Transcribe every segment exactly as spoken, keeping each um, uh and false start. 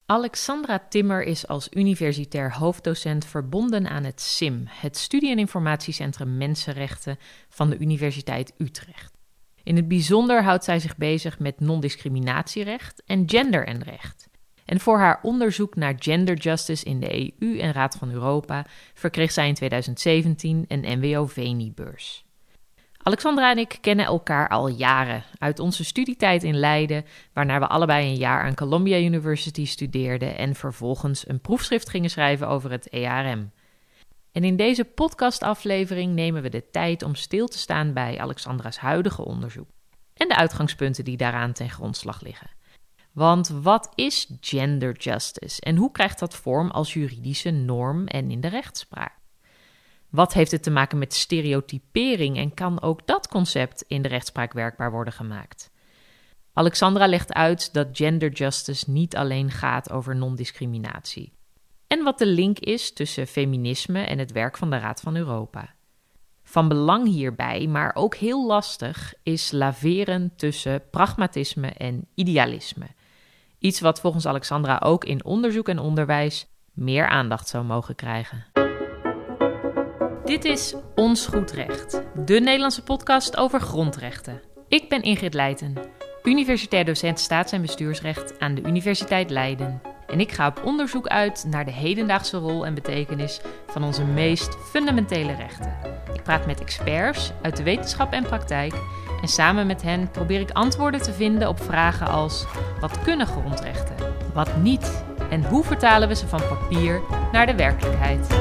Alexandra Timmer is als universitair hoofddocent verbonden aan het S I M, het Studie- en Informatiecentrum Mensenrechten van de Universiteit Utrecht. In het bijzonder houdt zij zich bezig met non-discriminatierecht en gender en recht. En voor haar onderzoek naar gender justice in de E U en Raad van Europa verkreeg zij in tweeduizend zeventien een N W O Veni-beurs. Alexandra en ik kennen elkaar al jaren uit onze studietijd in Leiden, waarna we allebei een jaar aan Columbia University studeerden en vervolgens een proefschrift gingen schrijven over het E A R M. En in deze podcastaflevering nemen we de tijd om stil te staan bij Alexandra's huidige onderzoek en de uitgangspunten die daaraan ten grondslag liggen. Want wat is gender justice en hoe krijgt dat vorm als juridische norm en in de rechtspraak? Wat heeft het te maken met stereotypering en kan ook dat concept in de rechtspraak werkbaar worden gemaakt? Alexandra legt uit dat gender justice niet alleen gaat over non-discriminatie. En wat de link is tussen feminisme en het werk van de Raad van Europa. Van belang hierbij, maar ook heel lastig, is laveren tussen pragmatisme en idealisme. Iets wat volgens Alexandra ook in onderzoek en onderwijs meer aandacht zou mogen krijgen. Dit is Ons Goed Recht, de Nederlandse podcast over grondrechten. Ik ben Ingrid Leijten, universitair docent staats- en bestuursrecht aan de Universiteit Leiden. En ik ga op onderzoek uit naar de hedendaagse rol en betekenis van onze meest fundamentele rechten. Ik praat met experts uit de wetenschap en praktijk en samen met hen probeer ik antwoorden te vinden op vragen als: wat kunnen grondrechten, wat niet en hoe vertalen we ze van papier naar de werkelijkheid?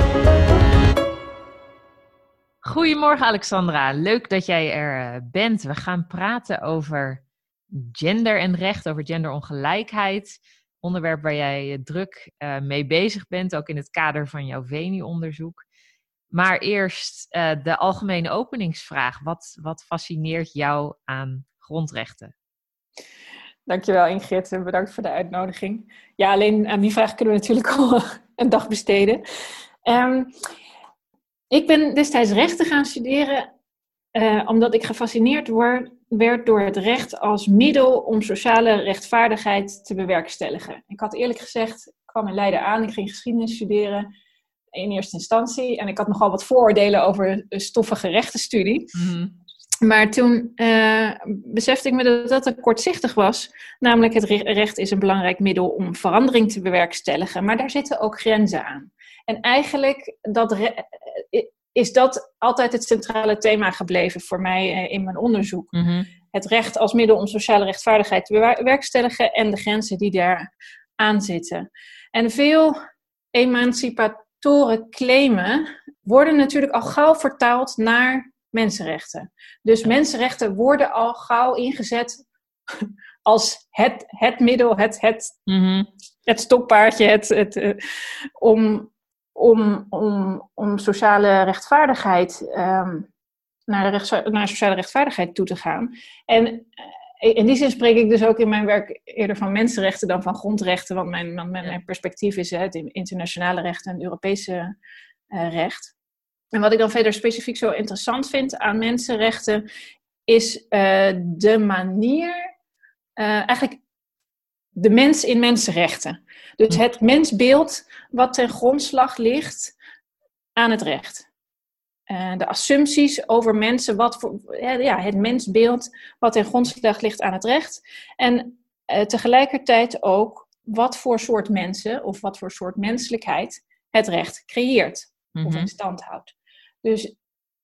Goedemorgen Alexandra, leuk dat jij er bent. We gaan praten over gender en recht, over genderongelijkheid. Onderwerp waar jij druk uh, mee bezig bent, ook in het kader van jouw Veni-onderzoek. Maar eerst uh, de algemene openingsvraag. Wat, wat fascineert jou aan grondrechten? Dankjewel Ingrid en bedankt voor de uitnodiging. Ja, alleen aan die vraag kunnen we natuurlijk al een dag besteden. Um, ik ben destijds rechten gaan studeren uh, omdat ik gefascineerd word, werd door het recht als middel om sociale rechtvaardigheid te bewerkstelligen. Ik had eerlijk gezegd, ik kwam in Leiden aan, ik ging geschiedenis studeren in eerste instantie. En ik had nogal wat vooroordelen over de stoffige rechtenstudie. Mm-hmm. Maar toen uh, besefte ik me dat dat te kortzichtig was. Namelijk het recht is een belangrijk middel om verandering te bewerkstelligen. Maar daar zitten ook grenzen aan. En eigenlijk dat re- is dat altijd het centrale thema gebleven voor mij uh, in mijn onderzoek. Mm-hmm. Het recht als middel om sociale rechtvaardigheid te bewerkstelligen en de grenzen die daar aan zitten. En veel emancipatoren claimen worden natuurlijk al gauw vertaald naar mensenrechten. Dus mensenrechten worden al gauw ingezet als het, het middel, het, het, mm-hmm. het stokpaardje, het, het, uh, om, om, om, om sociale rechtvaardigheid, um, naar, de rechts, naar sociale rechtvaardigheid toe te gaan. En uh, in die zin spreek ik dus ook in mijn werk eerder van mensenrechten dan van grondrechten, want mijn, mijn, mijn perspectief is het internationale recht en het Europese uh, recht. En wat ik dan verder specifiek zo interessant vind aan mensenrechten, is uh, de manier, uh, eigenlijk de mens in mensenrechten. Dus het mensbeeld wat ten grondslag ligt aan het recht. Uh, de assumpties over mensen, wat voor, ja, het mensbeeld wat ten grondslag ligt aan het recht. En uh, tegelijkertijd ook wat voor soort mensen of wat voor soort menselijkheid het recht creëert mm-hmm. of in stand houdt. Dus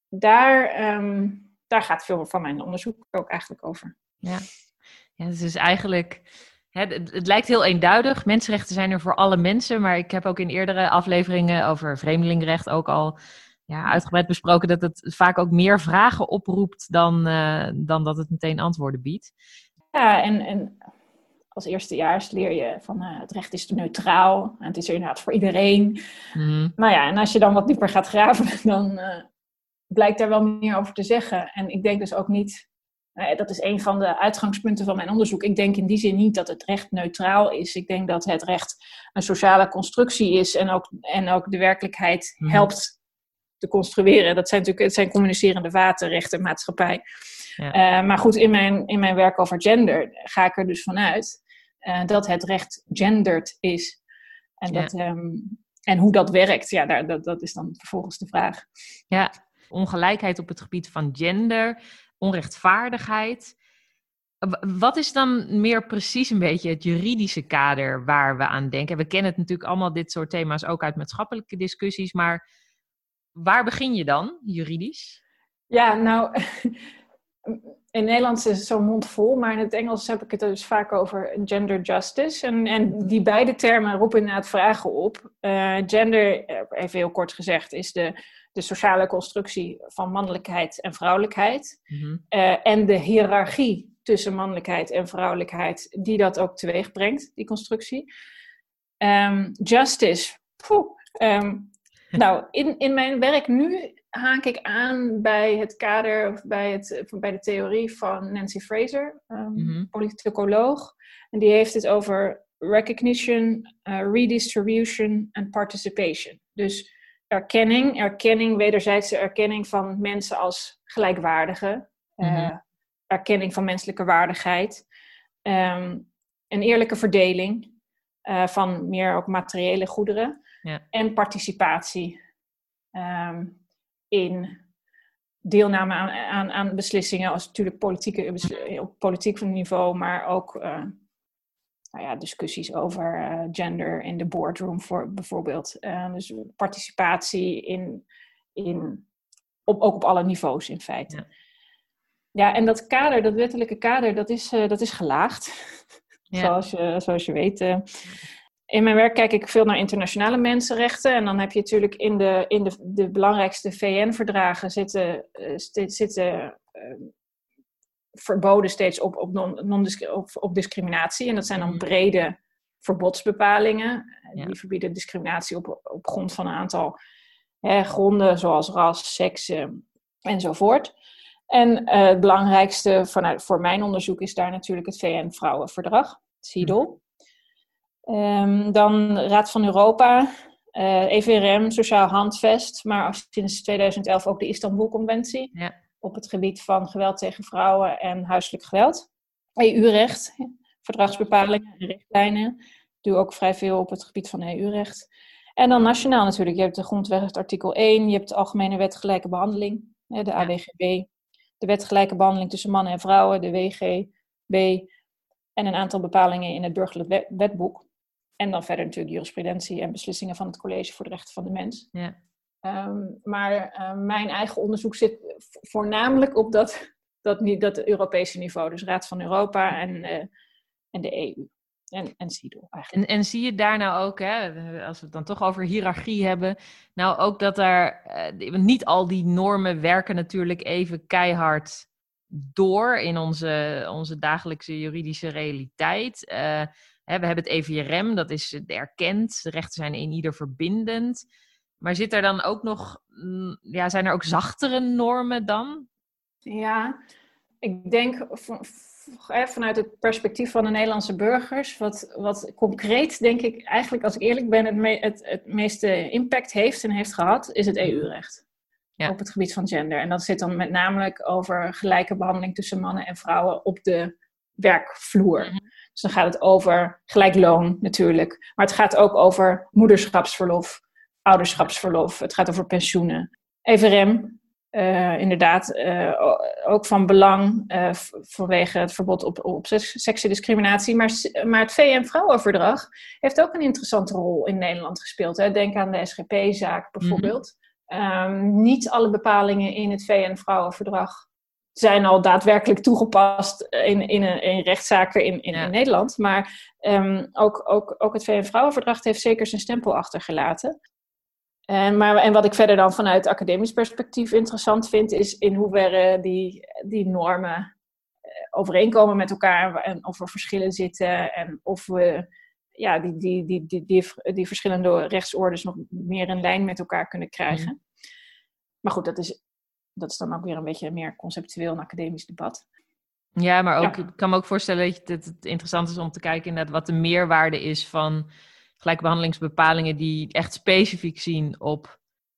daar, um, daar gaat veel van mijn onderzoek ook eigenlijk over. Ja, ja het is eigenlijk, hè, het, het lijkt heel eenduidig. Mensenrechten zijn er voor alle mensen. Maar ik heb ook in eerdere afleveringen over vreemdelingenrecht ook al ja, uitgebreid besproken dat het vaak ook meer vragen oproept dan, uh, dan dat het meteen antwoorden biedt. Ja, en, en als eerstejaars leer je van uh, het recht is neutraal. En het is er inderdaad voor iedereen. Mm. Nou ja, en als je dan wat dieper gaat graven, dan uh, blijkt daar wel meer over te zeggen. En ik denk dus ook niet, uh, dat is een van de uitgangspunten van mijn onderzoek. Ik denk in die zin niet dat het recht neutraal is. Ik denk dat het recht een sociale constructie is en ook, en ook de werkelijkheid mm. helpt te construeren. Dat zijn natuurlijk, het zijn communicerende vaten, recht en maatschappij. Ja. Uh, maar goed, in mijn, in mijn werk over gender ga ik er dus vanuit uh, dat het recht gendered is. En, Ja. dat, um, en hoe dat werkt, ja, daar, dat, dat is dan vervolgens de vraag. Ja, ongelijkheid op het gebied van gender, onrechtvaardigheid. Wat is dan meer precies een beetje het juridische kader waar we aan denken? We kennen het natuurlijk allemaal, dit soort thema's, ook uit maatschappelijke discussies. Maar waar begin je dan, juridisch? Ja, nou, in Nederlands is het zo'n mond vol, maar in het Engels heb ik het dus vaak over gender justice. En, en die beide termen roepen inderdaad vragen op. Uh, gender, even heel kort gezegd, is de, de sociale constructie van mannelijkheid en vrouwelijkheid. Mm-hmm. Uh, en de hiërarchie tussen mannelijkheid en vrouwelijkheid, die dat ook teweeg brengt, die constructie. Um, justice. Poeh, um, nou, in, in mijn werk nu haak ik aan bij het kader, of bij, het, bij de theorie van Nancy Fraser, um, mm-hmm. politicoloog. En die heeft het over recognition, uh, redistribution en participation. Dus erkenning, erkenning, wederzijdse erkenning van mensen als gelijkwaardigen. Mm-hmm. Uh, erkenning van menselijke waardigheid. Um, een eerlijke verdeling uh, van meer ook materiële goederen. Ja. En participatie um, in deelname aan, aan, aan beslissingen, als natuurlijk politieke, op politiek niveau, maar ook uh, nou ja, discussies over uh, gender in de boardroom voor, bijvoorbeeld. Uh, dus participatie in, in, op, ook op alle niveaus in feite. Ja. Ja, en dat kader, dat wettelijke kader, dat is, uh, dat is gelaagd. Ja. zoals, je, zoals je weet. Uh, in mijn werk kijk ik veel naar internationale mensenrechten. En dan heb je natuurlijk in de, in de, de belangrijkste V N-verdragen zitten, uh, st- zitten uh, verboden steeds op, op, non, non- op, op discriminatie. En dat zijn dan brede verbodsbepalingen. Ja. Die verbieden discriminatie op, op grond van een aantal hè, gronden, zoals ras, seks uh, enzovoort. En uh, het belangrijkste vanuit, voor mijn onderzoek is daar natuurlijk het V N-vrouwenverdrag, CEDAW. Um, dan Raad van Europa, uh, E V R M, Sociaal Handvest, maar sinds tweeduizend elf ook de Istanbul-conventie. Ja. Op het gebied van geweld tegen vrouwen en huiselijk geweld. E U-recht, verdragsbepalingen en richtlijnen. Doe ook vrij veel op het gebied van E U-recht. En dan nationaal natuurlijk. Je hebt de grondwet artikel één, je hebt de Algemene Wet Gelijke Behandeling, de A W G B. De Wet Gelijke Behandeling tussen mannen en vrouwen, de W G B. En een aantal bepalingen in het burgerlijk wetboek. En dan verder natuurlijk jurisprudentie en beslissingen van het College voor de Rechten van de Mens. Ja. Um, maar uh, mijn eigen onderzoek zit voornamelijk op dat, dat, dat Europese niveau. Dus Raad van Europa en, uh, en de E U. En, en CEDAW eigenlijk. En, en zie je daar nou ook, hè, als we het dan toch over hiërarchie hebben, nou ook dat er, uh, niet al die normen werken natuurlijk even keihard door in onze, onze dagelijkse juridische realiteit. Uh, hè, we hebben het E V R M, dat is erkend, de rechten zijn in ieder verbindend. Maar zit er dan ook nog, ja, zijn er ook zachtere normen dan? Ja, ik denk vanuit het perspectief van de Nederlandse burgers, wat, wat concreet denk ik eigenlijk, als ik eerlijk ben, het, me, het, het meeste impact heeft en heeft gehad, is het E U-recht. Ja. Op het gebied van gender. En dat zit dan met name over gelijke behandeling tussen mannen en vrouwen op de werkvloer. Mm-hmm. Dus dan gaat het over gelijk loon natuurlijk. Maar het gaat ook over moederschapsverlof, ouderschapsverlof. Het gaat over pensioenen. E V R M, uh, inderdaad, uh, ook van belang uh, vanwege het verbod op, op seksdiscriminatie. Maar, maar het V N-vrouwenverdrag heeft ook een interessante rol in Nederland gespeeld. Hè. Denk aan de S G P-zaak bijvoorbeeld. Mm-hmm. Um, niet alle bepalingen in het V N-vrouwenverdrag zijn al daadwerkelijk toegepast in, in, in rechtszaken in, in, ja. in Nederland. Maar um, ook, ook, ook het V N-vrouwenverdrag heeft zeker zijn stempel achtergelaten. En, maar, en wat ik verder dan vanuit academisch perspectief interessant vind, is in hoeverre die, die normen overeenkomen met elkaar en of er verschillen zitten en of we ja, die, die, die, die, die, die verschillende rechtsorders nog meer in lijn met elkaar kunnen krijgen. Mm. Maar goed, dat is, dat is dan ook weer een beetje een meer conceptueel en academisch debat. Ja, maar ook, ja. Ik kan me ook voorstellen dat het interessant is om te kijken inderdaad wat de meerwaarde is van gelijkbehandelingsbepalingen die echt specifiek zien op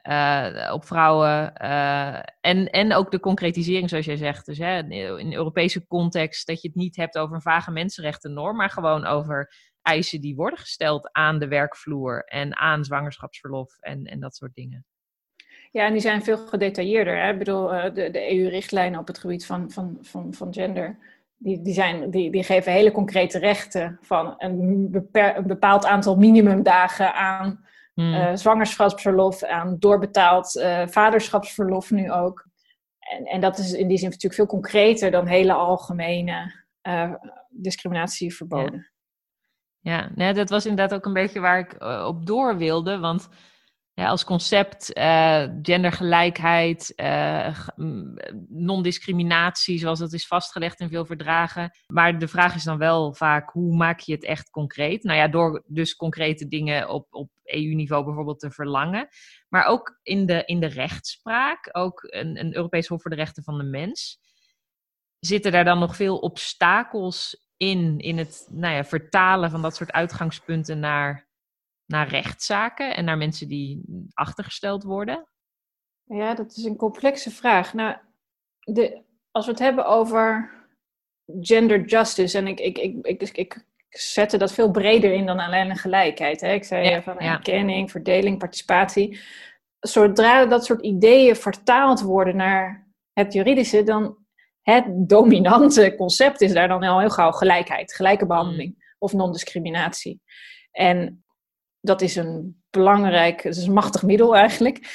uh, op vrouwen. Uh, en, en ook de concretisering, zoals jij zegt. Dus hè, in de Europese context dat je het niet hebt over een vage mensenrechtennorm, maar gewoon over eisen die worden gesteld aan de werkvloer en aan zwangerschapsverlof en, en dat soort dingen. Ja, en die zijn veel gedetailleerder. Hè? Ik bedoel, de, de E U-richtlijnen op het gebied van, van, van, van gender, die, die, zijn, die, die geven hele concrete rechten van een, beper, een bepaald aantal minimumdagen aan hmm. uh, zwangerschapsverlof, aan doorbetaald uh, vaderschapsverlof nu ook. En, en dat is in die zin natuurlijk veel concreter dan hele algemene uh, discriminatieverboden. Ja. Ja, nee, dat was inderdaad ook een beetje waar ik uh, op door wilde. Want ja, als concept uh, gendergelijkheid, uh, non-discriminatie, zoals dat is vastgelegd in veel verdragen. Maar de vraag is dan wel vaak, hoe maak je het echt concreet? Nou ja, door dus concrete dingen op, op E U-niveau bijvoorbeeld te verlangen. Maar ook in de, in de rechtspraak, ook een, een Europees Hof voor de Rechten van de Mens. Zitten daar dan nog veel obstakels in, in het nou ja, vertalen van dat soort uitgangspunten naar, naar rechtszaken en naar mensen die achtergesteld worden? Ja, dat is een complexe vraag. Nou, de, als we het hebben over gender justice, en ik, ik, ik, ik, ik, ik zette dat veel breder in dan alleen gelijkheid. Hè? Ik zei ja, van ja. erkenning, verdeling, participatie. Zodra dat soort ideeën vertaald worden naar het juridische, dan het dominante concept is daar dan al heel gauw gelijkheid, gelijke behandeling mm. of non-discriminatie. En dat is een belangrijk, het is een machtig middel eigenlijk.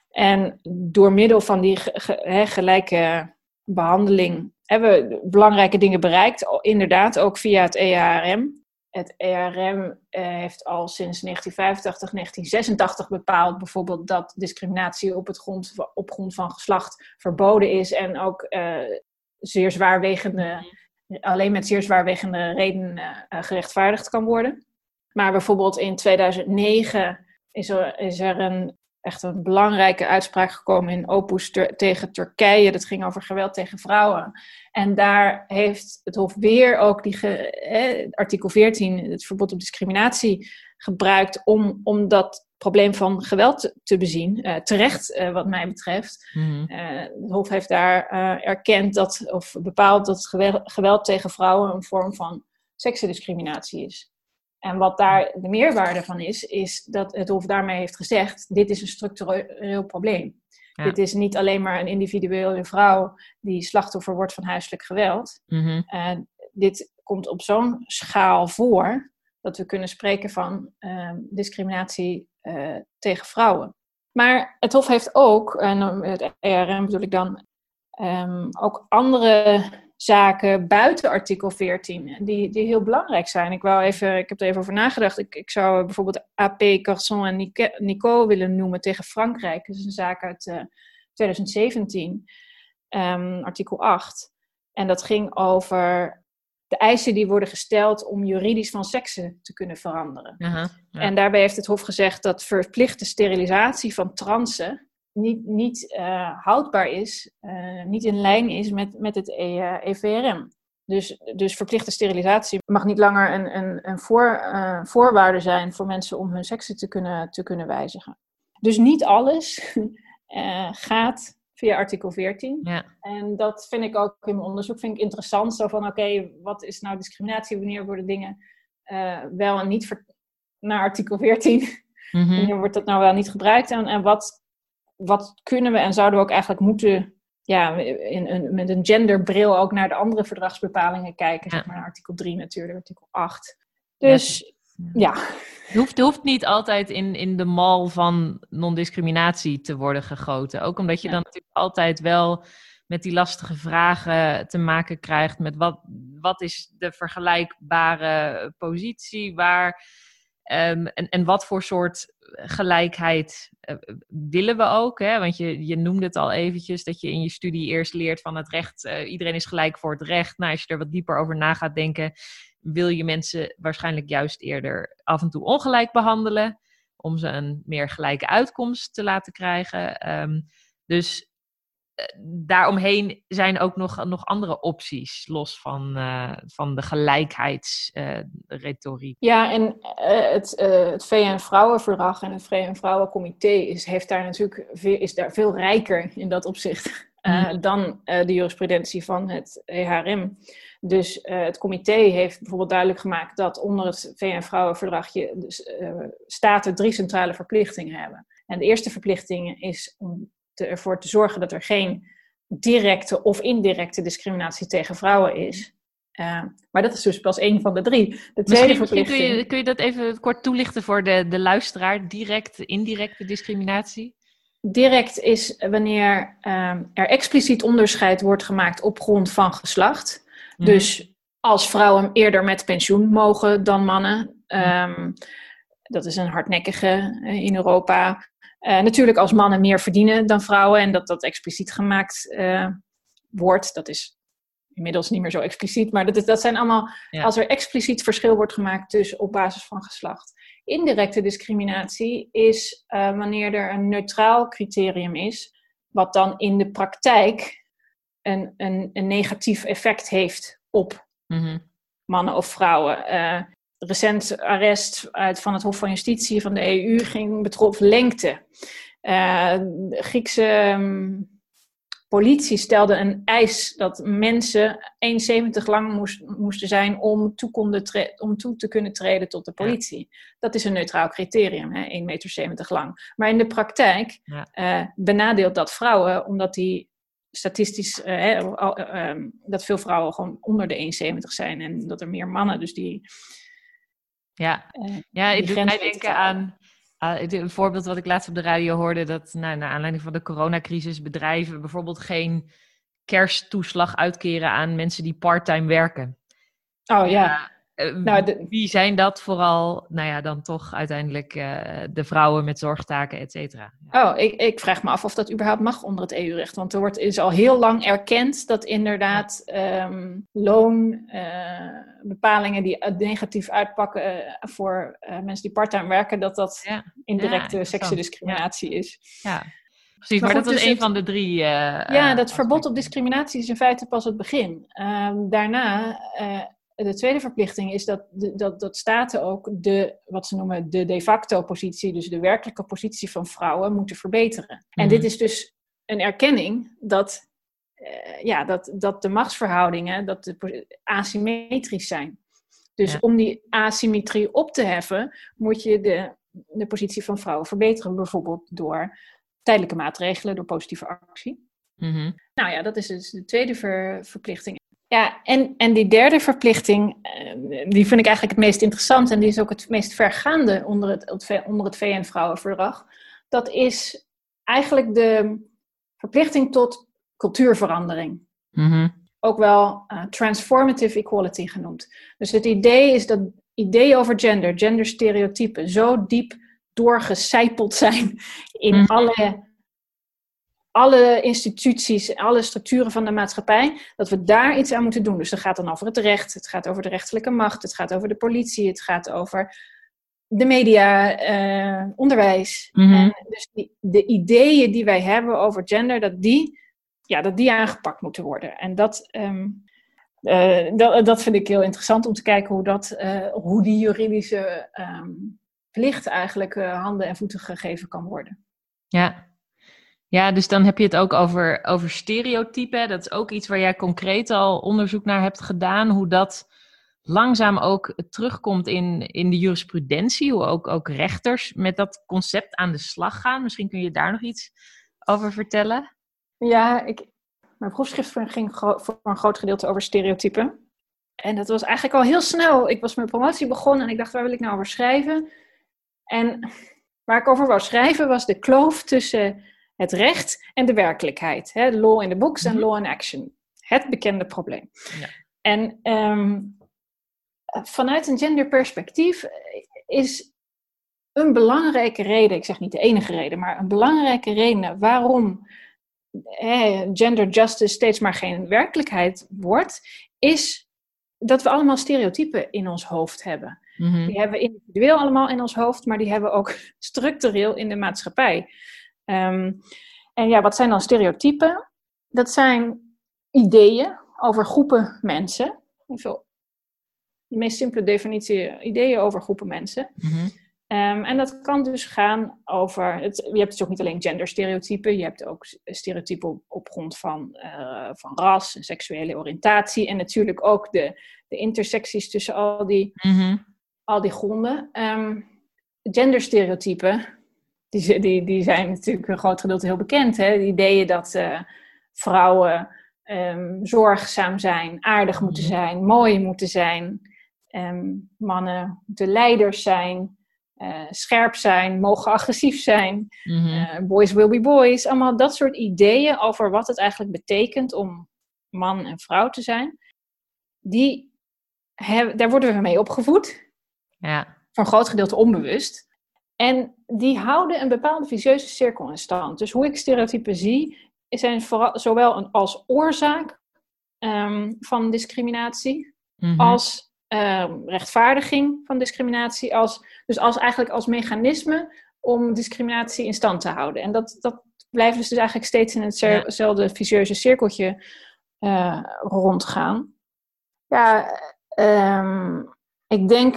En door middel van die ge, ge, he, gelijke behandeling hebben we belangrijke dingen bereikt. Inderdaad, ook via het E H R M. Het E H R M eh, heeft al sinds negentien vijfentachtig, negentien zesentachtig bepaald bijvoorbeeld dat discriminatie op, het grond, op grond van geslacht verboden is en ook uh, zeer zwaarwegende, alleen met zeer zwaarwegende redenen uh, gerechtvaardigd kan worden. Maar bijvoorbeeld in tweeduizend negen is er, is er een, echt een belangrijke uitspraak gekomen in Opus ter, tegen Turkije. Dat ging over geweld tegen vrouwen. En daar heeft het Hof weer ook die ge, eh, artikel veertien, het verbod op discriminatie, gebruikt om, om dat probleem van geweld te, te bezien. Uh, terecht, uh, wat mij betreft. Mm-hmm. Uh, het Hof heeft daar uh, erkend dat, of bepaald dat geweld, geweld tegen vrouwen een vorm van seksdiscriminatie is. En wat daar de meerwaarde van is, is dat het Hof daarmee heeft gezegd, dit is een structureel probleem. Ja. Dit is niet alleen maar een individuele vrouw die slachtoffer wordt van huiselijk geweld. Mm-hmm. Uh, dit komt op zo'n schaal voor dat we kunnen spreken van uh, discriminatie uh, tegen vrouwen. Maar het Hof heeft ook, en het E H R M bedoel ik dan, um, ook andere zaken buiten artikel veertien, die, die heel belangrijk zijn. Ik, wou even, ik heb er even over nagedacht. Ik, ik zou bijvoorbeeld A P, Garçon en Nicot willen noemen tegen Frankrijk. Dat is een zaak uit uh, twintig zeventien, um, artikel acht. En dat ging over de eisen die worden gesteld om juridisch van sekse te kunnen veranderen. Uh-huh, ja. En daarbij heeft het Hof gezegd dat verplichte sterilisatie van transen niet, niet uh, houdbaar is, uh, niet in lijn is met, met het E V R M. Dus, dus verplichte sterilisatie mag niet langer een, een, een voor, uh, voorwaarde zijn voor mensen om hun sekse te kunnen, te kunnen wijzigen. Dus niet alles uh, gaat via artikel veertien. Ja. En dat vind ik ook in mijn onderzoek vind ik interessant. Zo van, oké, okay, wat is nou discriminatie? Wanneer worden dingen uh, wel en niet ver- naar artikel veertien? Mm-hmm. Wanneer wordt dat nou wel niet gebruikt? En, en wat, wat kunnen we en zouden we ook eigenlijk moeten, ja, in, in, met een genderbril ook naar de andere verdragsbepalingen kijken. Ja. Zeg maar naar artikel drie natuurlijk, artikel acht. Dus, ja. ja. Het hoeft, het hoeft niet altijd in, in de mal van non-discriminatie te worden gegoten. Ook omdat je ja. dan natuurlijk altijd wel met die lastige vragen te maken krijgt met wat, wat is de vergelijkbare positie, waar um, en, en wat voor soort gelijkheid uh, willen we ook. Hè? Want je, je noemde het al eventjes dat je in je studie eerst leert van het recht, uh, iedereen is gelijk voor het recht. Nou, als je er wat dieper over na gaat denken, wil je mensen waarschijnlijk juist eerder af en toe ongelijk behandelen, om ze een meer gelijke uitkomst te laten krijgen. Um, dus daaromheen zijn ook nog, nog andere opties, los van, uh, van de gelijkheidsretoriek. Uh, ja, en uh, het, uh, het V N-vrouwenverdrag en het V N-vrouwencomité is, heeft daar natuurlijk veel, is daar veel rijker in dat opzicht uh, mm. dan uh, de jurisprudentie van het E H R M. Dus uh, het comité heeft bijvoorbeeld duidelijk gemaakt dat onder het V N-vrouwenverdrag je dus, uh, staten drie centrale verplichtingen hebben. En de eerste verplichting is om te, ervoor te zorgen dat er geen directe of indirecte discriminatie tegen vrouwen is. Uh, maar dat is dus pas één van de drie. De tweede misschien, verplichting... Misschien kun je, kun je dat even kort toelichten voor de, de luisteraar? Directe, indirecte discriminatie? Direct is wanneer um, er expliciet onderscheid wordt gemaakt op grond van geslacht. Mm. Dus als vrouwen eerder met pensioen mogen dan mannen. Um, dat is een hardnekkige uh, in Europa. Uh, natuurlijk als mannen meer verdienen dan vrouwen en dat dat expliciet gemaakt uh, wordt. Dat is inmiddels niet meer zo expliciet, maar dat, is, dat zijn allemaal... Ja. Als er expliciet verschil wordt gemaakt dus op basis van geslacht. Indirecte discriminatie is uh, wanneer er een neutraal criterium is, wat dan in de praktijk een, een, een negatief effect heeft op mm-hmm. mannen of vrouwen. Uh, recent arrest uit van het Hof van Justitie van de E U ging betrof lengte. Uh, de Griekse um, politie stelde een eis dat mensen één komma zeventig lang moest, moesten zijn om toe, tre- om toe te kunnen treden tot de politie. Ja. Dat is een neutraal criterium, hè, één komma zeventig meter lang. Maar in de praktijk ja. uh, benadeelt dat vrouwen, omdat die statistisch, uh, hè, uh, uh, dat veel vrouwen gewoon onder de één komma zeventig zijn en dat er meer mannen dus die... Ja, uh, ja ik doe mij denken aan uh, een voorbeeld wat ik laatst op de radio hoorde, dat nou, naar aanleiding van de coronacrisis bedrijven bijvoorbeeld geen kersttoeslag uitkeren aan mensen die parttime werken. Oh ja. Uh, uh, nou, de... Wie zijn dat vooral? Nou ja, dan toch uiteindelijk uh, de vrouwen met zorgtaken, et cetera. Ja. Oh, ik, ik vraag me af of dat überhaupt mag onder het E U-recht. Want er wordt, is al heel lang erkend dat inderdaad ja. um, loonbepalingen uh, die negatief uitpakken uh, voor uh, mensen die parttime werken, dat dat ja. indirecte ja, seksueldiscriminatie ja. is. Ja. Precies, maar, maar goed, dat was dus een het, van de drie. Uh, ja, dat uh, verbod op discriminatie is in feite pas het begin. Uh, daarna... Uh, De tweede verplichting is dat, dat, dat staten ook de, wat ze noemen, de de facto positie, dus de werkelijke positie van vrouwen, moeten verbeteren. Mm-hmm. En dit is dus een erkenning dat, uh, ja, dat, dat de machtsverhoudingen dat de, asymmetrisch zijn. Dus ja. om die asymmetrie op te heffen, moet je de, de positie van vrouwen verbeteren. Bijvoorbeeld door tijdelijke maatregelen, door positieve actie. Mm-hmm. Nou ja, dat is dus de tweede ver, verplichting. Ja, en, en die derde verplichting, die vind ik eigenlijk het meest interessant en die is ook het meest vergaande onder het, onder het V N-vrouwenverdrag. Dat is eigenlijk de verplichting tot cultuurverandering. Mm-hmm. Ook wel uh, transformative equality genoemd. Dus het idee is dat ideeën over gender, genderstereotypen, zo diep doorgecijpeld zijn in mm-hmm. alle... alle instituties, alle structuren van de maatschappij, dat we daar iets aan moeten doen. Dus dat gaat dan over het recht, het gaat over de rechterlijke macht, het gaat over de politie, het gaat over de media, uh, onderwijs. Mm-hmm. En dus die, de ideeën die wij hebben over gender, dat die, ja, dat die aangepakt moeten worden. En dat, um, uh, dat, dat vind ik heel interessant om te kijken hoe, dat, uh, hoe die juridische um, plicht eigenlijk uh, handen en voeten gegeven kan worden. Ja. Ja, dus dan heb je het ook over, over stereotypen. Dat is ook iets waar jij concreet al onderzoek naar hebt gedaan. Hoe dat langzaam ook terugkomt in, in de jurisprudentie. Hoe ook, ook rechters met dat concept aan de slag gaan. Misschien kun je daar nog iets over vertellen? Ja, ik, mijn proefschrift ging gro- voor een groot gedeelte over stereotypen. En dat was eigenlijk al heel snel. Ik was mijn promotie begonnen en ik dacht, waar wil ik nou over schrijven? En waar ik over wou schrijven was de kloof tussen het recht en de werkelijkheid. Hè? Law in the books en mm-hmm. law in action. Het bekende probleem. Ja. En um, vanuit een genderperspectief is een belangrijke reden, ik zeg niet de enige reden, maar een belangrijke reden waarom eh, gender justice steeds maar geen werkelijkheid wordt, is dat we allemaal stereotypen in ons hoofd hebben. Mm-hmm. Die hebben we individueel allemaal in ons hoofd, maar die hebben we ook structureel in de maatschappij. Um, en ja, wat zijn dan stereotypen? dat zijn ideeën over groepen mensen. Even de meest simpele definitie, ideeën over groepen mensen. Mm-hmm. Um, en dat kan dus gaan over, het, je hebt dus ook niet alleen genderstereotypen, je hebt ook stereotypen op, op grond van, uh, van ras, seksuele oriëntatie en natuurlijk ook de, de intersecties tussen al die, mm-hmm. al die gronden. Um, genderstereotypen, die, die, die zijn natuurlijk een groot gedeelte heel bekend. Hè? De ideeën dat uh, vrouwen um, zorgzaam zijn, aardig moeten zijn, mooi moeten zijn. Um, mannen moeten leiders zijn. Uh, scherp zijn, mogen agressief zijn, mm-hmm. uh, boys will be boys. Allemaal dat soort ideeën over wat het eigenlijk betekent om man en vrouw te zijn. Die he- daar worden we mee opgevoed. Ja. Voor een groot gedeelte onbewust. En die houden een bepaalde vicieuze cirkel in stand. Dus hoe ik stereotypen zie, zijn vooral, zowel een, als oorzaak um, van discriminatie, mm-hmm. als Uh, rechtvaardiging van discriminatie, als, dus als eigenlijk als mechanisme om discriminatie in stand te houden. En dat, dat blijft dus eigenlijk steeds in hetzelfde ja. vicieuze cirkeltje uh, rondgaan. Ja, um, ik denk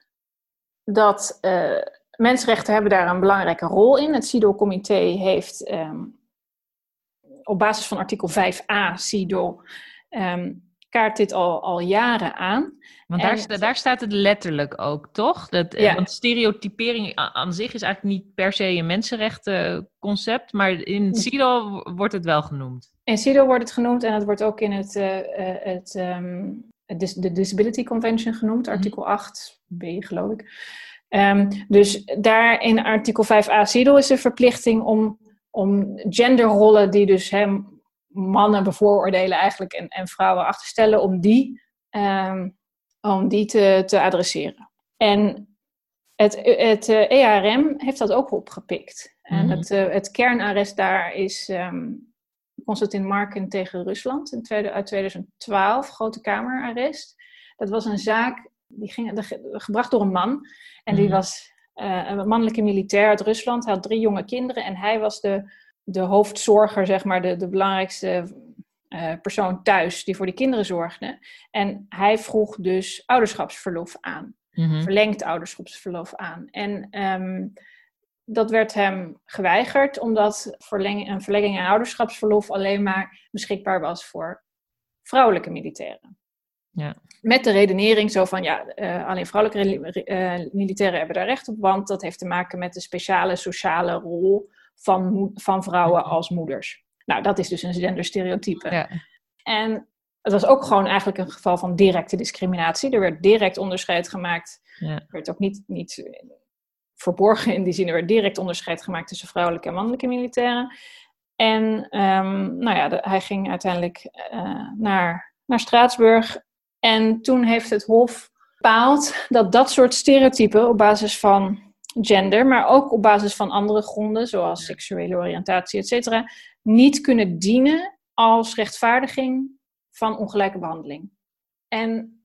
dat uh, mensenrechten hebben daar een belangrijke rol in. Het CEDAW-comité heeft um, op basis van artikel vijf a CEDAW um, kaart dit al, al jaren aan. Want en, daar, daar staat het letterlijk ook, toch? Dat, ja. Want stereotypering aan zich is eigenlijk niet per se een mensenrechtenconcept, maar in CEDAW wordt het wel genoemd. In CEDAW wordt het genoemd en het wordt ook in het, uh, uh, het, um, de Disability Convention genoemd, artikel mm-hmm. acht b geloof ik. Um, dus daar in artikel vijf a CEDAW is de verplichting om, om genderrollen die dus hem mannen bevooroordelen eigenlijk en, en vrouwen achterstellen, om die, um, om die te, te adresseren. En het, het uh, E A R M heeft dat ook opgepikt. Mm-hmm. En het, uh, het kernarrest daar is um, Konstantin Markin tegen Rusland in tweede, uit tweeduizend twaalf, grote kamerarrest. Dat was een zaak, die ging de, gebracht door een man. En mm-hmm. die was uh, een mannelijke militair uit Rusland. Hij had drie jonge kinderen en hij was de de hoofdzorger, zeg maar, de, de belangrijkste uh, persoon thuis die voor die kinderen zorgde. En hij vroeg dus ouderschapsverlof aan. Mm-hmm. Verlengd ouderschapsverlof aan. En um, dat werd hem geweigerd, omdat verleng- een verlenging aan ouderschapsverlof alleen maar beschikbaar was voor vrouwelijke militairen. Ja. Met de redenering zo van, ja, uh, alleen vrouwelijke uh, militairen hebben daar recht op, want dat heeft te maken met de speciale sociale rol Van, mo- van vrouwen als moeders. Nou, dat is dus een genderstereotype. Ja. En het was ook gewoon eigenlijk een geval van directe discriminatie. Er werd direct onderscheid gemaakt. Ja. Er werd ook niet, niet verborgen in die zin. Er werd direct onderscheid gemaakt tussen vrouwelijke en mannelijke militairen. En um, nou ja, de, hij ging uiteindelijk uh, naar, naar Straatsburg. En toen heeft het Hof bepaald dat dat soort stereotypen op basis van gender, maar ook op basis van andere gronden, zoals seksuele oriëntatie, et cetera, niet kunnen dienen als rechtvaardiging van ongelijke behandeling. En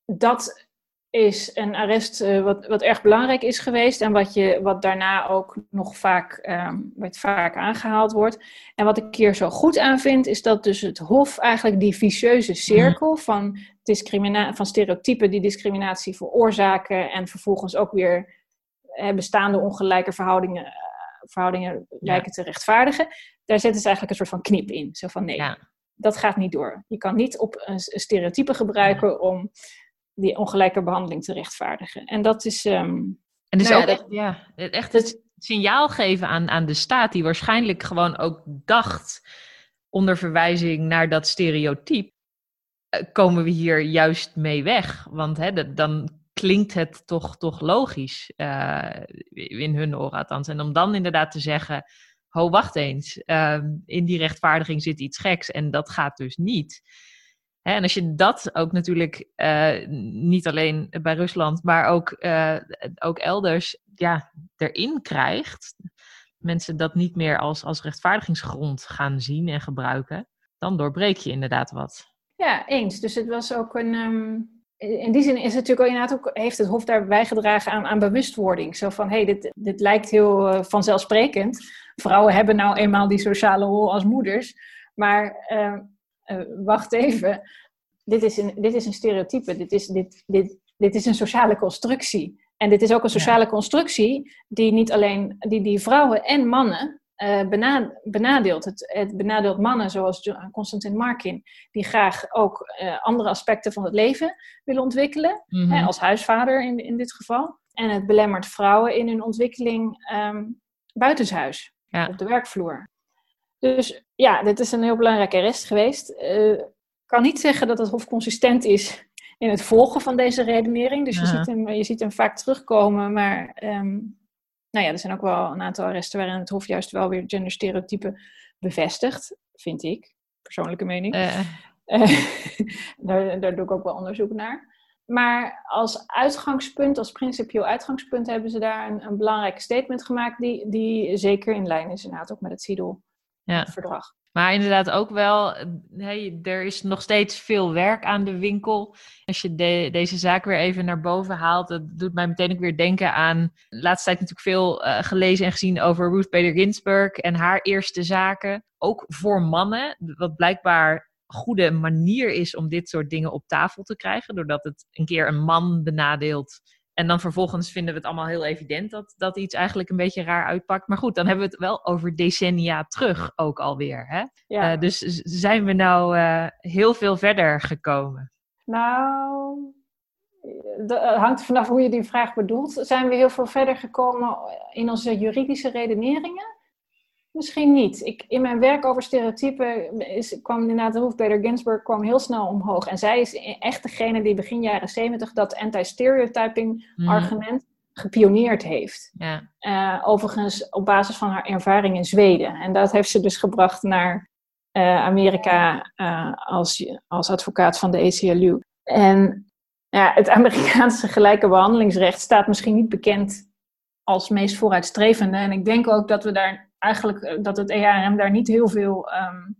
dat is een arrest uh, wat, wat erg belangrijk is geweest en wat, je, wat daarna ook nog vaak, um, wat vaak aangehaald wordt. En wat ik hier zo goed aan vind, is dat dus het Hof eigenlijk die vicieuze cirkel van, discrimina- van stereotypen die discriminatie veroorzaken en vervolgens ook weer bestaande ongelijke verhoudingen, verhoudingen ja. lijken te rechtvaardigen. Daar zetten ze eigenlijk een soort van knip in. Zo van nee, ja. dat gaat niet door. Je kan niet op een stereotype gebruiken ja. om die ongelijke behandeling te rechtvaardigen. En dat is... Um, en dus nou ook ja, echt, dat, ja, echt het signaal geven aan, aan de staat, die waarschijnlijk gewoon ook dacht, onder verwijzing naar dat stereotype, komen we hier juist mee weg. Want hè, dat, dan klinkt het toch, toch logisch, uh, in hun oren althans. En om dan inderdaad te zeggen, ho, wacht eens, uh, in die rechtvaardiging zit iets geks en dat gaat dus niet. Hè, en als je dat ook natuurlijk uh, niet alleen bij Rusland, maar ook, uh, ook elders ja, erin krijgt, mensen dat niet meer als, als rechtvaardigingsgrond gaan zien en gebruiken, dan doorbreek je inderdaad wat. Ja, eens. Dus het was ook een... Um... In die zin is het natuurlijk ook, inderdaad ook, heeft het Hof daar bijgedragen aan, aan bewustwording. Zo van, hé, hey, dit, dit lijkt heel uh, vanzelfsprekend. Vrouwen hebben nou eenmaal die sociale rol als moeders. Maar uh, uh, wacht even. Dit is een, dit is een stereotype. Dit is, dit, dit, dit is een sociale constructie. En dit is ook een sociale ja. constructie die niet alleen die, die vrouwen en mannen uh, bena- benadeelt. Het, het benadeelt mannen zoals Konstantin Markin, die graag ook uh, andere aspecten van het leven willen ontwikkelen. Mm-hmm. Hè, als huisvader in, in dit geval. En het belemmert vrouwen in hun ontwikkeling um, buitenshuis, ja. op de werkvloer. Dus ja, dit is een heel belangrijke rest geweest. Ik uh, kan niet zeggen dat het Hof consistent is in het volgen van deze redenering. Dus ja. je, ziet hem, je ziet hem vaak terugkomen. Maar um, nou ja, er zijn ook wel een aantal arresten waarin het Hof juist wel weer genderstereotypen bevestigt. Vind ik. Persoonlijke mening. Uh. Uh, daar, daar doe ik ook wel onderzoek naar. Maar als uitgangspunt, als principieel uitgangspunt hebben ze daar een, een belangrijk statement gemaakt die, die zeker in lijn is inderdaad ook met het CIDOL-verdrag. Ja. Maar inderdaad ook wel, hey, er is nog steeds veel werk aan de winkel. Als je de, deze zaak weer even naar boven haalt, dat doet mij meteen ook weer denken aan, de laatste tijd natuurlijk veel uh, gelezen en gezien over Ruth Bader Ginsburg en haar eerste zaken. Ook voor mannen, wat blijkbaar goede manier is om dit soort dingen op tafel te krijgen, doordat het een keer een man benadeelt. En dan vervolgens vinden we het allemaal heel evident dat, dat iets eigenlijk een beetje raar uitpakt. Maar goed, dan hebben we het wel over decennia terug ook alweer. Hè? Ja. Uh, dus zijn we nou uh, heel veel verder gekomen? Nou, het hangt er vanaf hoe je die vraag bedoelt. Zijn we heel veel verder gekomen in onze juridische redeneringen? Misschien niet. Ik, in mijn werk over stereotypen is, kwam inderdaad Ruth Bader Ginsburg kwam heel snel omhoog. En zij is echt degene die begin jaren zeventig dat anti-stereotyping mm. argument gepioneerd heeft. Ja. Uh, overigens op basis van haar ervaring in Zweden. En dat heeft ze dus gebracht naar uh, Amerika uh, als, als advocaat van de A C L U. En ja, het Amerikaanse gelijke behandelingsrecht staat misschien niet bekend als meest vooruitstrevende. En ik denk ook dat we daar eigenlijk dat het E H R M daar niet heel veel um,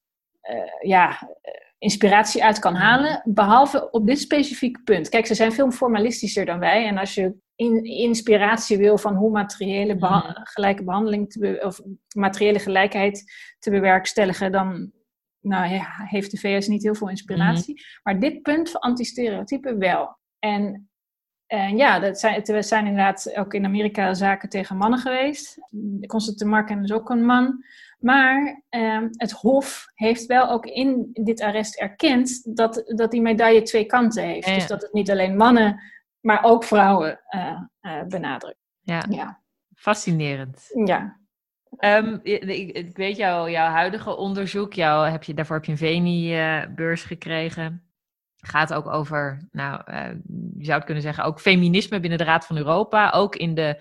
uh, ja, inspiratie uit kan halen, behalve op dit specifieke punt. Kijk, ze zijn veel formalistischer dan wij. En als je in, inspiratie wil van hoe materiële beha- gelijke behandeling te be- of materiële gelijkheid te bewerkstelligen, dan nou, ja, heeft de V S niet heel veel inspiratie. Mm-hmm. Maar dit punt van anti-stereotypen wel. En En ja, dat zijn, het zijn inderdaad ook in Amerika zaken tegen mannen geweest. Konstantin Markin is ook een man. Maar eh, het Hof heeft wel ook in dit arrest erkend dat, dat die medaille twee kanten heeft. Ja, ja. Dus dat het niet alleen mannen, maar ook vrouwen uh, uh, benadrukt. Ja. Ja, fascinerend. Ja. Um, ik, ik weet jou, jouw huidige onderzoek, jou, heb je, daarvoor heb je een Veni-beurs uh, gekregen. Gaat ook over, nou, uh, je zou het kunnen zeggen, ook feminisme binnen de Raad van Europa. Ook in de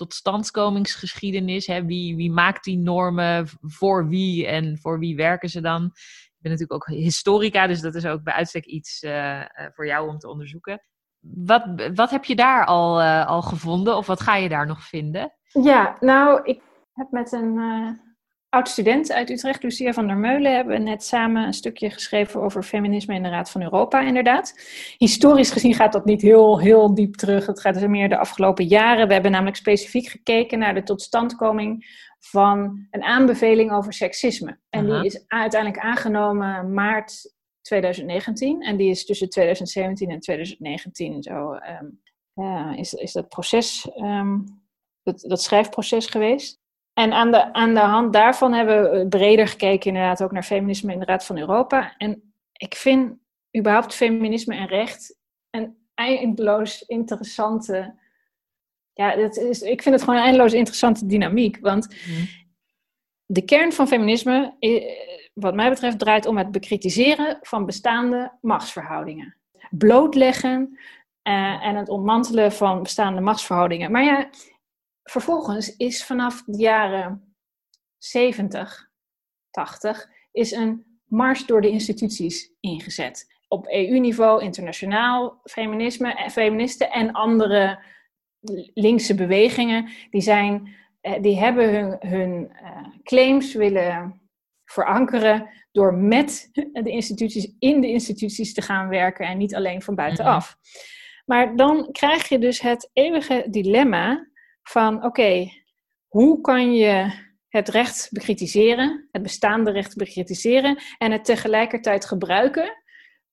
totstandkomingsgeschiedenis. Hè? Wie, wie maakt die normen, voor wie en voor wie werken ze dan? Ik ben natuurlijk ook historica, dus dat is ook bij uitstek iets uh, uh, voor jou om te onderzoeken. Wat, wat heb je daar al, uh, al gevonden of wat ga je daar nog vinden? Ja, nou, ik heb met een uh, oud-student uit Utrecht, Lucia van der Meulen, hebben we net samen een stukje geschreven over feminisme in de Raad van Europa, inderdaad. Historisch gezien gaat dat niet heel, heel diep terug. Het gaat dus meer de afgelopen jaren. We hebben namelijk specifiek gekeken naar de totstandkoming van een aanbeveling over seksisme. En uh-huh. die is uiteindelijk aangenomen maart twintig negentien. En die is tussen twintig zeventien en twintig negentien zo um, uh, is, is dat proces, um, dat, dat schrijfproces geweest. En aan de, aan de hand daarvan hebben we breder gekeken inderdaad ook naar feminisme in de Raad van Europa. En ik vind überhaupt feminisme en recht een eindeloos interessante... Ja, dat is, ik vind het gewoon een eindeloos interessante dynamiek. Want mm. de kern van feminisme, wat mij betreft, draait om het bekritiseren van bestaande machtsverhoudingen. Blootleggen uh, en het ontmantelen van bestaande machtsverhoudingen. Maar ja, vervolgens is vanaf de jaren zeventig, tachtig, is een mars door de instituties ingezet. Op E U-niveau, internationaal, feminisme en feministen en andere linkse bewegingen, die, zijn, die hebben hun, hun uh, claims willen verankeren door met de instituties in de instituties te gaan werken en niet alleen van buitenaf. Mm-hmm. Maar dan krijg je dus het eeuwige dilemma van, oké, okay, hoe kan je het recht bekritiseren, het bestaande recht bekritiseren en het tegelijkertijd gebruiken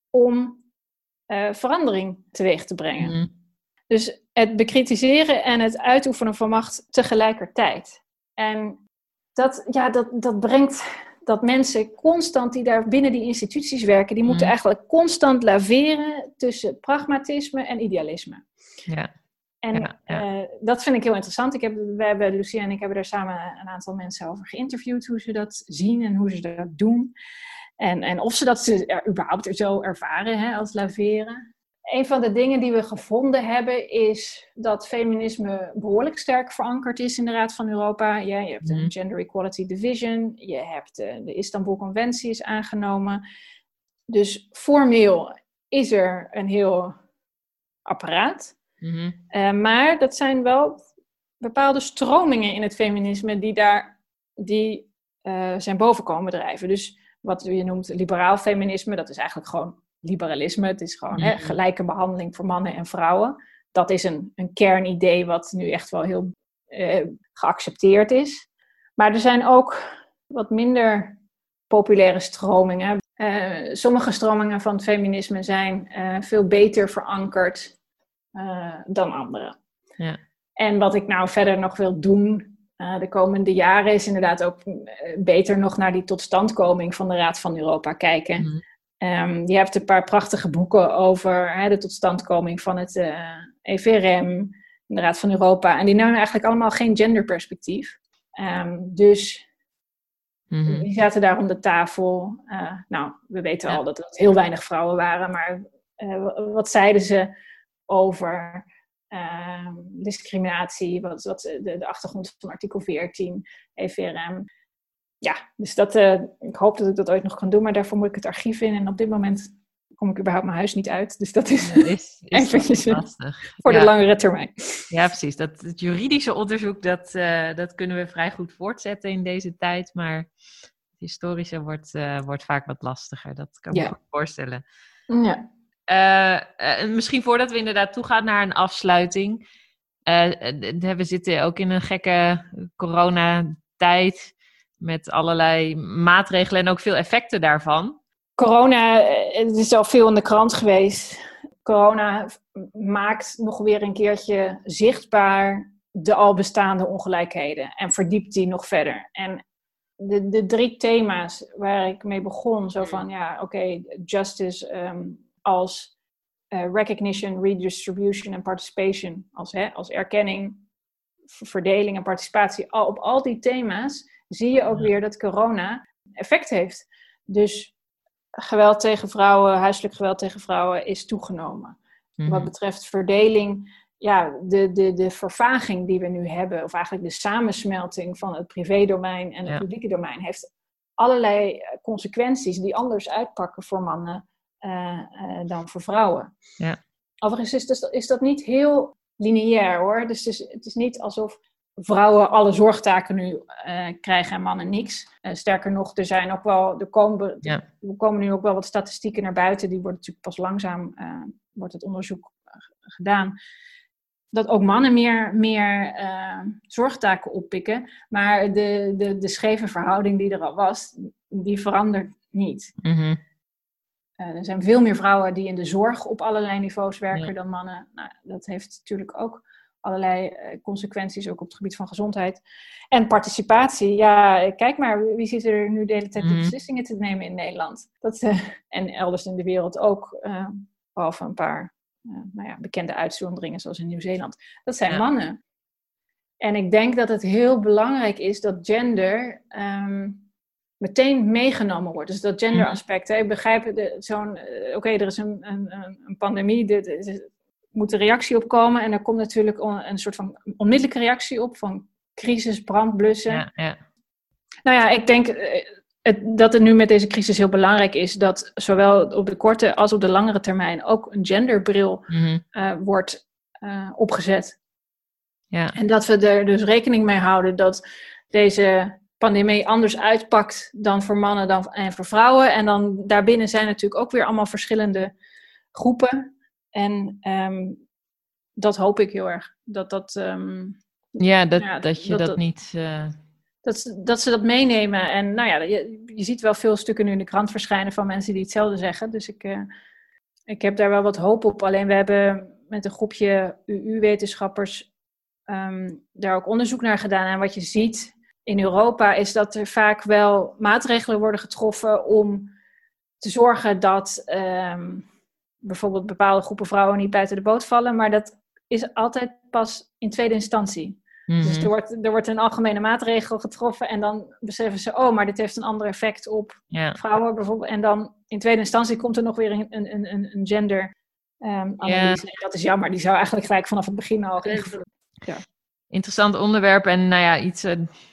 om uh, verandering teweeg te brengen. Mm. Dus het bekritiseren en het uitoefenen van macht tegelijkertijd. En dat, ja, dat, dat brengt dat mensen constant die daar binnen die instituties werken, die moeten mm. eigenlijk constant laveren tussen pragmatisme en idealisme. Ja. En ja, ja. Uh, dat vind ik heel interessant. Ik heb, wij hebben, Lucia en ik hebben daar samen een aantal mensen over geïnterviewd, hoe ze dat zien en hoe ze dat doen. En, en of ze dat ze er, überhaupt zo ervaren, hè, als laveren. Een van de dingen die we gevonden hebben is dat feminisme behoorlijk sterk verankerd is in de Raad van Europa. Ja, je hebt een mm. Gender Equality Division, je hebt de, de Istanbul Conventie is aangenomen. Dus formeel is er een heel apparaat. Mm-hmm. Uh, maar dat zijn wel bepaalde stromingen in het feminisme die daar die, uh, zijn boven komen drijven. Dus wat je noemt liberaal feminisme, dat is eigenlijk gewoon liberalisme. Het is gewoon mm-hmm. hè, gelijke behandeling voor mannen en vrouwen. Dat is een, een kernidee wat nu echt wel heel uh, geaccepteerd is. Maar er zijn ook wat minder populaire stromingen. Uh, sommige stromingen van het feminisme zijn uh, veel beter verankerd Uh, dan anderen. Ja. En wat ik nou verder nog wil doen uh, de komende jaren is inderdaad ook uh, beter nog naar die totstandkoming van de Raad van Europa kijken. Mm-hmm. Um, je hebt een paar prachtige boeken over hè, de totstandkoming van het uh, E V R M, de Raad van Europa. En die nemen eigenlijk allemaal geen genderperspectief. Um, dus mm-hmm. die zaten daar om de tafel. Uh, nou, we weten ja. al dat het heel weinig vrouwen waren, maar uh, wat zeiden ze over uh, discriminatie, wat, wat de, de achtergrond van artikel veertien, E V R M. Ja, dus dat, uh, ik hoop dat ik dat ooit nog kan doen, maar daarvoor moet ik het archief in. En op dit moment kom ik überhaupt mijn huis niet uit. Dus dat is, ja, is, is eventjes lastig. Voor ja. de langere termijn. Ja, precies. Dat, het juridische onderzoek, dat, uh, dat kunnen we vrij goed voortzetten in deze tijd. Maar het historische wordt, uh, wordt vaak wat lastiger. Dat kan ik ja. me goed voorstellen. Ja. Uh, uh, misschien voordat we inderdaad toegaan naar een afsluiting. Uh, uh, we zitten ook in een gekke coronatijd met allerlei maatregelen en ook veel effecten daarvan. Corona, het is al veel in de krant geweest. Corona maakt nog weer een keertje zichtbaar de al bestaande ongelijkheden en verdiept die nog verder. En de, de drie thema's waar ik mee begon, zo van ja, oké, okay, justice um, als uh, recognition, redistribution en participation, als, hè, als erkenning, verdeling en participatie. Al, op al die thema's zie je ook weer dat corona effect heeft. Dus geweld tegen vrouwen, huiselijk geweld tegen vrouwen is toegenomen. Mm-hmm. Wat betreft verdeling, ja, de, de, de vervaging die we nu hebben, of eigenlijk de samensmelting van het privédomein en het ja. publieke domein, heeft allerlei consequenties die anders uitpakken voor mannen uh, uh, dan voor vrouwen. Ja. Overigens is, dus, is dat niet heel lineair hoor. Dus het is, het is niet alsof vrouwen alle zorgtaken nu uh, krijgen en mannen niks. Uh, sterker nog, er zijn ook wel, er komen, ja. er komen nu ook wel wat statistieken naar buiten. Die worden natuurlijk pas langzaam, uh, wordt het onderzoek uh, gedaan. Dat ook mannen meer, meer uh, zorgtaken oppikken. Maar de, de, de scheve verhouding die er al was, die verandert niet. Mm-hmm. Uh, er zijn veel meer vrouwen die in de zorg op allerlei niveaus werken ja. dan mannen. Nou, dat heeft natuurlijk ook allerlei uh, consequenties, ook op het gebied van gezondheid. En participatie, ja, kijk maar, wie zit er nu de hele tijd mm-hmm. de beslissingen te nemen in Nederland? Dat, uh, en elders in de wereld ook, uh, behalve een paar uh, nou ja, bekende uitzonderingen, zoals in Nieuw-Zeeland. Dat zijn ja. mannen. En ik denk dat het heel belangrijk is dat gender um, meteen meegenomen wordt. Dus dat genderaspect. Hè. Ik begrijp, de, zo'n, uh, oké, okay, er is een, een, een pandemie, er moet een reactie op komen. En er komt natuurlijk on, een soort van onmiddellijke reactie op van crisis, brandblussen. Ja, ja. Nou ja, ik denk uh, het, dat het nu met deze crisis heel belangrijk is dat zowel op de korte als op de langere termijn ook een genderbril mm-hmm. uh, wordt uh, opgezet. Ja. En dat we er dus rekening mee houden dat deze pandemie anders uitpakt dan voor mannen dan, en voor vrouwen. En dan daarbinnen zijn natuurlijk ook weer allemaal verschillende groepen. En um, dat hoop ik heel erg. Dat dat, um, ja, dat, ja, dat je dat, dat, dat niet... Uh... Dat, ze, dat ze dat meenemen. En nou ja, je, je ziet wel veel stukken nu in de krant verschijnen van mensen die hetzelfde zeggen. Dus ik, uh, ik heb daar wel wat hoop op. Alleen we hebben met een groepje U U-wetenschappers um, daar ook onderzoek naar gedaan. En wat je ziet in Europa is dat er vaak wel maatregelen worden getroffen om te zorgen dat um, bijvoorbeeld bepaalde groepen vrouwen niet buiten de boot vallen. Maar dat is altijd pas in tweede instantie. Mm-hmm. Dus er wordt, er wordt een algemene maatregel getroffen en dan beseffen ze, oh, maar dit heeft een ander effect op yeah. vrouwen bijvoorbeeld. En dan in tweede instantie komt er nog weer een, een, een, een gender um, analyse. Yeah. Dat is jammer, die zou eigenlijk gelijk vanaf het begin al ingevoerd. Ja. Interessant onderwerp en nou ja, iets uh,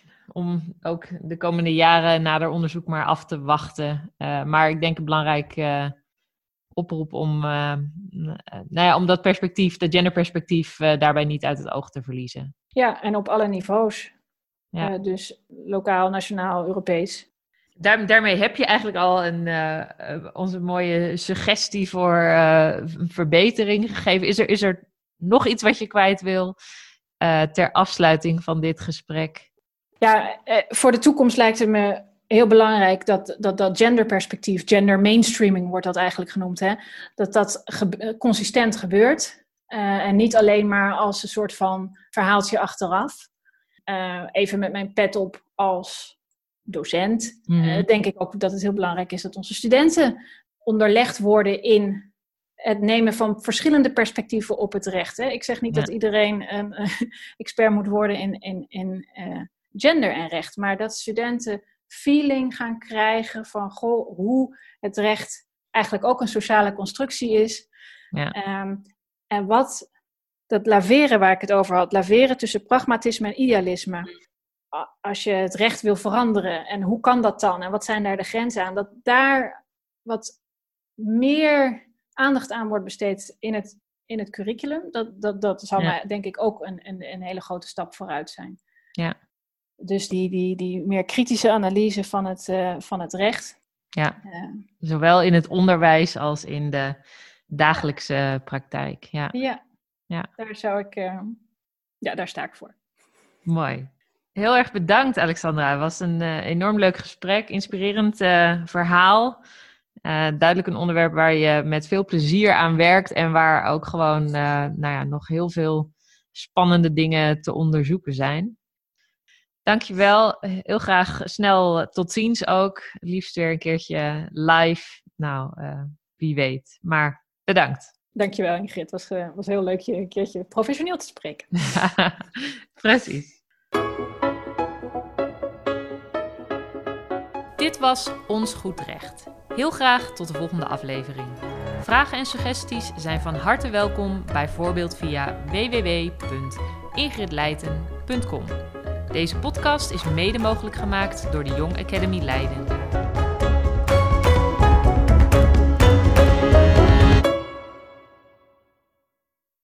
om ook de komende jaren nader onderzoek maar af te wachten. Uh, maar ik denk een belangrijk uh, oproep om, uh, uh, nou ja, om dat perspectief, dat genderperspectief, uh, daarbij niet uit het oog te verliezen. Ja, en op alle niveaus. Ja. Uh, dus lokaal, nationaal, Europees. Daar, daarmee heb je eigenlijk al een, uh, onze mooie suggestie voor uh, verbetering gegeven. Is er, is er nog iets wat je kwijt wil uh, ter afsluiting van dit gesprek? Ja, uh, voor de toekomst lijkt het me heel belangrijk dat dat, dat genderperspectief, gender mainstreaming wordt dat eigenlijk genoemd, hè, dat dat ge- consistent gebeurt. Uh, en niet alleen maar als een soort van verhaaltje achteraf. Uh, even met mijn pet op als docent. Mm. Uh, denk ik ook dat het heel belangrijk is dat onze studenten onderlegd worden in het nemen van verschillende perspectieven op het recht. Hè. Ik zeg niet ja. dat iedereen een uh, expert moet worden in, in, in uh, gender en recht. Maar dat studenten feeling gaan krijgen van goh, hoe het recht eigenlijk ook een sociale constructie is. Ja. Um, En wat, dat laveren waar ik het over had, laveren tussen pragmatisme en idealisme. Als je het recht wil veranderen, en hoe kan dat dan? En wat zijn daar de grenzen aan? Dat daar wat meer aandacht aan wordt besteed in het, in het curriculum. Dat, dat, dat zal ja. mij, denk ik ook een, een, een hele grote stap vooruit zijn. Ja. Dus die, die, die meer kritische analyse van het, uh, van het recht. Ja, uh, zowel in het onderwijs als in de dagelijkse praktijk. Ja, ja. ja. Daar zou ik, uh, ja, daar sta ik voor. Mooi. Heel erg bedankt, Alexandra. Het was een uh, enorm leuk gesprek, inspirerend uh, verhaal. Uh, duidelijk een onderwerp waar je met veel plezier aan werkt en waar ook gewoon uh, nou ja, nog heel veel spannende dingen te onderzoeken zijn. Dankjewel. Heel graag snel tot ziens ook. Liefst weer een keertje live. Nou, uh, wie weet. Maar bedankt. Dankjewel, Ingrid. Het was, uh, was heel leuk je een keertje professioneel te spreken. Precies. Dit was Ons Goed Recht. Heel graag tot de volgende aflevering. Vragen en suggesties zijn van harte welkom, bijvoorbeeld via w w w punt ingrid leijten punt com. Deze podcast is mede mogelijk gemaakt door de Young Academy Leiden.